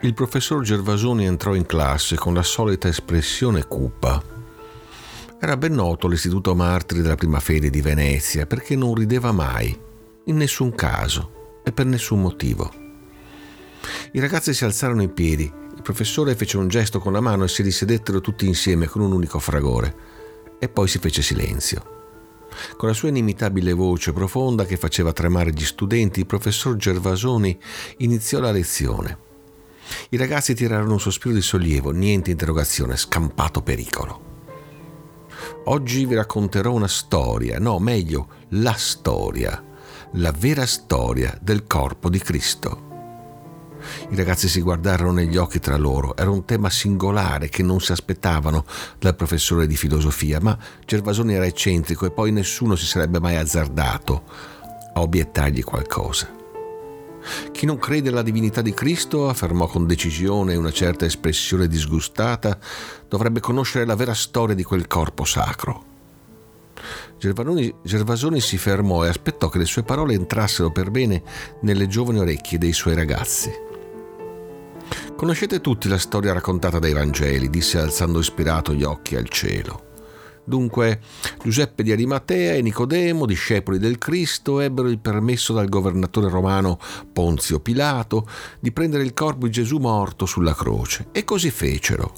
Il professor Gervasoni entrò in classe con la solita espressione cupa. Era ben noto all'Istituto Martiri della Prima Fede di Venezia perché non rideva mai, in nessun caso e per nessun motivo. I ragazzi si alzarono in piedi, il professore fece un gesto con la mano e si risedettero tutti insieme con un unico fragore, e poi si fece silenzio. Con la sua inimitabile voce profonda che faceva tremare gli studenti, il professor Gervasoni iniziò la lezione. I ragazzi tirarono un sospiro di sollievo, niente interrogazione, scampato pericolo. Oggi vi racconterò una storia, no, meglio, la storia, la vera storia del corpo di Cristo. I ragazzi si guardarono negli occhi tra loro. Era un tema singolare che non si aspettavano dal professore di filosofia, ma Gervasoni era eccentrico e poi nessuno si sarebbe mai azzardato a obiettargli qualcosa. Chi non crede alla divinità di Cristo, affermò con decisione e una certa espressione disgustata, dovrebbe conoscere la vera storia di quel corpo sacro. Gervasoni si fermò e aspettò che le sue parole entrassero per bene nelle giovani orecchie dei suoi ragazzi. Conoscete tutti la storia raccontata dai Vangeli, disse alzando ispirato gli occhi al cielo. Dunque, Giuseppe di Arimatea e Nicodemo, discepoli del Cristo, ebbero il permesso dal governatore romano Ponzio Pilato di prendere il corpo di Gesù morto sulla croce, e così fecero.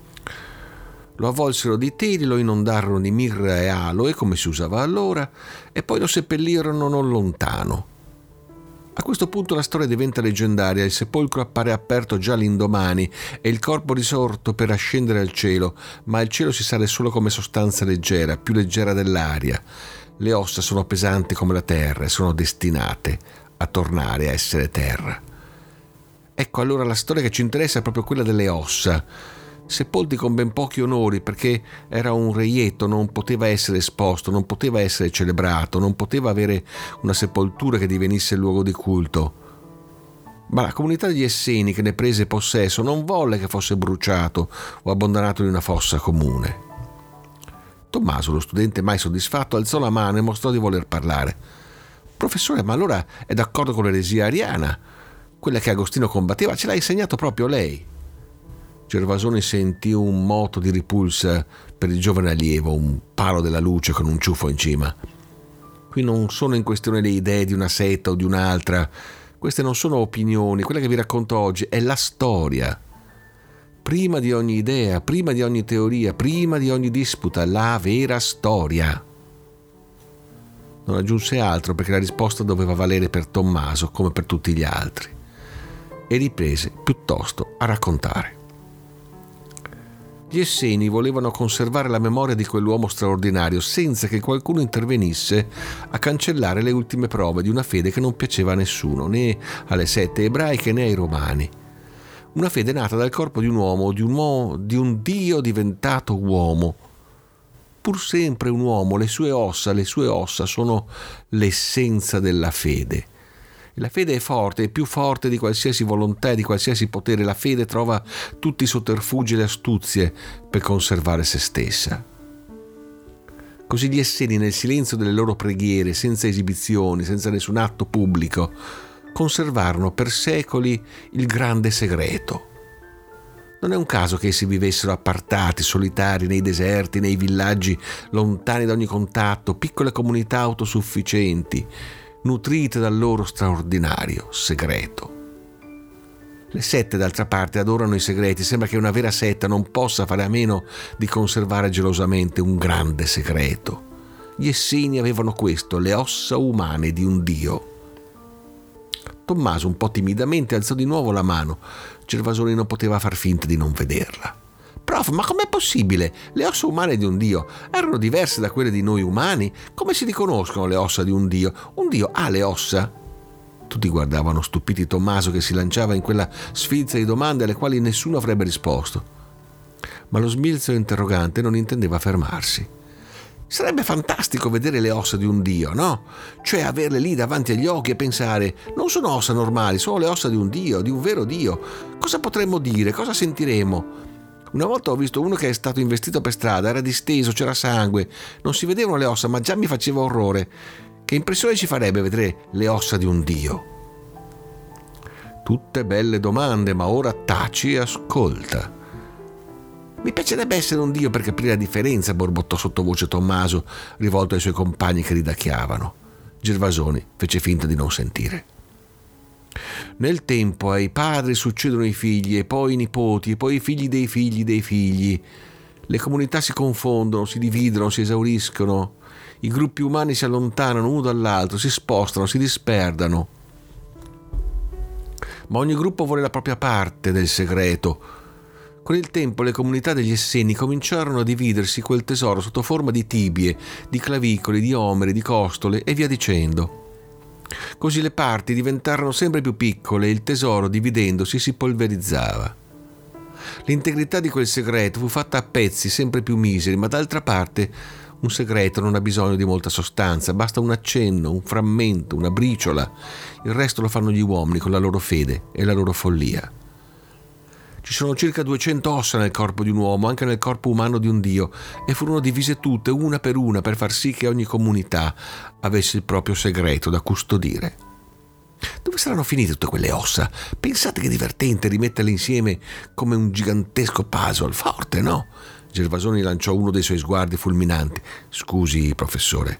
Lo avvolsero di teli, lo inondarono di mirra e aloe, come si usava allora, e poi lo seppellirono non lontano. A questo punto la storia diventa leggendaria, il sepolcro appare aperto già l'indomani e il corpo risorto per ascendere al cielo, ma il cielo si sale solo come sostanza leggera, più leggera dell'aria. Le ossa sono pesanti come la terra e sono destinate a tornare a essere terra. Ecco allora la storia che ci interessa è proprio quella delle ossa, sepolti con ben pochi onori perché era un reietto, non poteva essere esposto, non poteva essere celebrato, non poteva avere una sepoltura che divenisse luogo di culto. Ma la comunità degli Esseni che ne prese possesso non volle che fosse bruciato o abbandonato in una fossa comune. Tommaso, lo studente mai soddisfatto, alzò la mano e mostrò di voler parlare. Professore, ma allora è d'accordo con l'eresia ariana? Quella che Agostino combatteva, ce l'ha insegnato proprio lei. Gervasoni sentì un moto di ripulsa per il giovane allievo, un palo della luce con un ciuffo in cima. Qui non sono in questione le idee di una setta o di un'altra, queste non sono opinioni, quella che vi racconto oggi è la storia. Prima di ogni idea, prima di ogni teoria, prima di ogni disputa, la vera storia. Non aggiunse altro perché la risposta doveva valere per Tommaso come per tutti gli altri, e riprese piuttosto a raccontare. Gli Esseni volevano conservare la memoria di quell'uomo straordinario senza che qualcuno intervenisse a cancellare le ultime prove di una fede che non piaceva a nessuno, né alle sette ebraiche né ai romani. Una fede nata dal corpo di un uomo, di un Dio diventato uomo. Pur sempre un uomo, le sue ossa sono l'essenza della fede. La fede è forte, è più forte di qualsiasi volontà e di qualsiasi potere. La fede trova tutti i sotterfugi e le astuzie per conservare se stessa. Così gli Esseni, nel silenzio delle loro preghiere, senza esibizioni, senza nessun atto pubblico, conservarono per secoli il grande segreto. Non è un caso che essi vivessero appartati, solitari, nei deserti, nei villaggi, lontani da ogni contatto, piccole comunità autosufficienti, nutrite dal loro straordinario segreto. Le sette, d'altra parte, adorano i segreti. Sembra che una vera setta non possa fare a meno di conservare gelosamente un grande segreto. Gli Esseni avevano questo, le ossa umane di un Dio. Tommaso, un po' timidamente, alzò di nuovo la mano. Gervasoni non poteva far finta di non vederla. Prof, ma com'è possibile? Le ossa umane di un Dio erano diverse da quelle di noi umani? Come si riconoscono le ossa di un Dio? Un Dio ha le ossa? Tutti guardavano stupiti Tommaso che si lanciava in quella sfilza di domande alle quali nessuno avrebbe risposto. Ma lo smilzo interrogante non intendeva fermarsi. Sarebbe fantastico vedere le ossa di un Dio, no? Cioè averle lì davanti agli occhi e pensare: non sono ossa normali, sono le ossa di un Dio, di un vero Dio. Cosa potremmo dire? Cosa sentiremo? Una volta ho visto uno che è stato investito per strada, era disteso, c'era sangue, non si vedevano le ossa, ma già mi faceva orrore. Che impressione ci farebbe vedere le ossa di un Dio? Tutte belle domande, ma ora taci e ascolta. Mi piacerebbe essere un dio per capire la differenza, borbottò sottovoce Tommaso, rivolto ai suoi compagni che ridacchiavano. Gervasoni fece finta di non sentire. Nel tempo ai padri succedono i figli, e poi i nipoti, e poi i figli dei figli dei figli. Le comunità si confondono, si dividono, si esauriscono. I gruppi umani si allontanano uno dall'altro, si spostano, si disperdano. Ma ogni gruppo vuole la propria parte del segreto. Con il tempo le comunità degli Esseni cominciarono a dividersi quel tesoro sotto forma di tibie, di clavicoli, di omeri, di costole e via dicendo. Così le parti diventarono sempre più piccole e il tesoro, dividendosi, si polverizzava. L'integrità di quel segreto fu fatta a pezzi sempre più miseri, ma d'altra parte un segreto non ha bisogno di molta sostanza, basta un accenno, un frammento, una briciola. Il resto lo fanno gli uomini con la loro fede e la loro follia. Ci sono circa 200 ossa nel corpo di un uomo, anche nel corpo umano di un dio, e furono divise tutte una per far sì che ogni comunità avesse il proprio segreto da custodire. Dove saranno finite tutte quelle ossa? Pensate che divertente rimetterle insieme come un gigantesco puzzle. Forte, no? Gervasoni lanciò uno dei suoi sguardi fulminanti. Scusi, professore.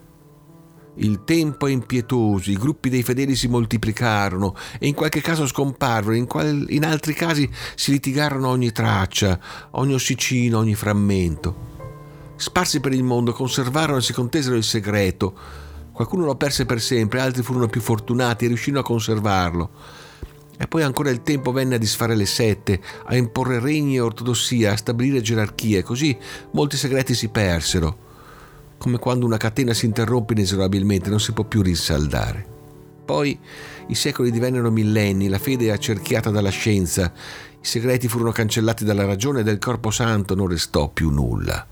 Il tempo è impietoso, i gruppi dei fedeli si moltiplicarono e in qualche caso scomparvero, in altri casi si litigarono ogni traccia, ogni ossicino, ogni frammento. Sparsi per il mondo conservarono e si contesero il segreto. Qualcuno lo perse per sempre, altri furono più fortunati e riuscirono a conservarlo. E poi ancora il tempo venne a disfare le sette, a imporre regni e ortodossia, a stabilire gerarchie, così molti segreti si persero. Come quando una catena si interrompe inesorabilmente, non si può più rinsaldare. Poi i secoli divennero millenni, la fede è accerchiata dalla scienza, i segreti furono cancellati dalla ragione e del corpo santo non restò più nulla.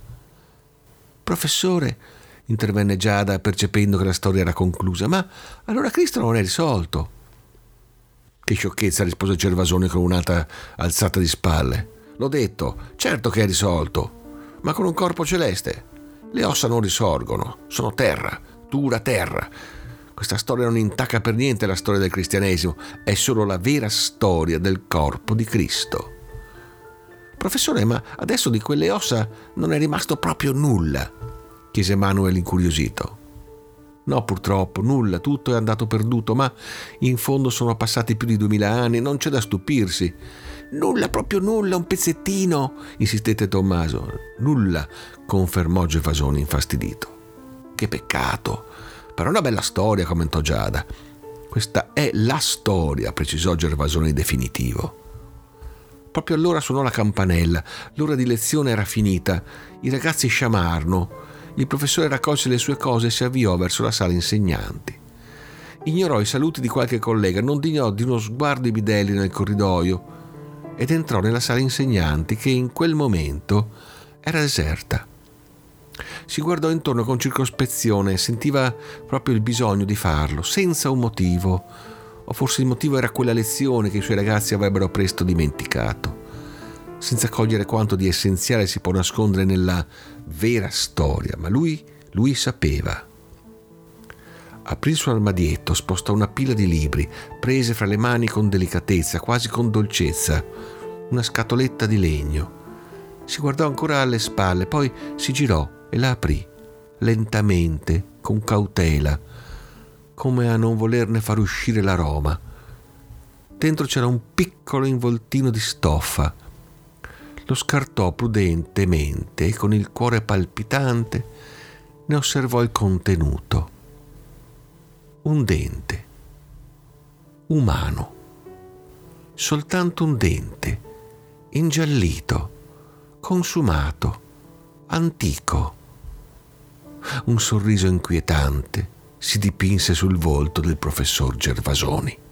Professore, intervenne Giada percependo che la storia era conclusa, ma allora Cristo non è risolto. Che sciocchezza, rispose Gervasoni con un'altra alzata di spalle. L'ho detto, certo che è risolto, ma con un corpo celeste. Le ossa non risorgono, sono terra, dura terra. Questa storia non intacca per niente la storia del cristianesimo, è solo la vera storia del corpo di Cristo. Professore, ma adesso di quelle ossa non è rimasto proprio nulla? Chiese Manuel incuriosito. No, purtroppo, nulla, tutto è andato perduto, ma in fondo sono passati più di 2000 anni, non c'è da stupirsi. Nulla, proprio nulla, un pezzettino, insistette Tommaso. Nulla, confermò Gervasoni infastidito. Che peccato, però è una bella storia, commentò Giada. Questa è la storia, precisò Gervasoni definitivo. Proprio allora suonò la campanella, l'ora di lezione era finita, i ragazzi sciamarono, il professore raccolse le sue cose e si avviò verso la sala insegnanti. Ignorò i saluti di qualche collega, non dignò di uno sguardo i bidelli nel corridoio ed entrò nella sala insegnanti che in quel momento era deserta. Si guardò intorno con circospezione e sentiva proprio il bisogno di farlo, senza un motivo, o forse il motivo era quella lezione che i suoi ragazzi avrebbero presto dimenticato, senza cogliere quanto di essenziale si può nascondere nella vera storia, ma lui sapeva. Aprì il suo armadietto, spostò una pila di libri, prese fra le mani con delicatezza, quasi con dolcezza, una scatoletta di legno. Si guardò ancora alle spalle, poi si girò e la aprì, lentamente, con cautela, come a non volerne far uscire l'aroma. Dentro c'era un piccolo involtino di stoffa. Lo scartò prudentemente e con il cuore palpitante ne osservò il contenuto. Un dente, umano, soltanto un dente, ingiallito, consumato, antico. Un sorriso inquietante si dipinse sul volto del professor Gervasoni.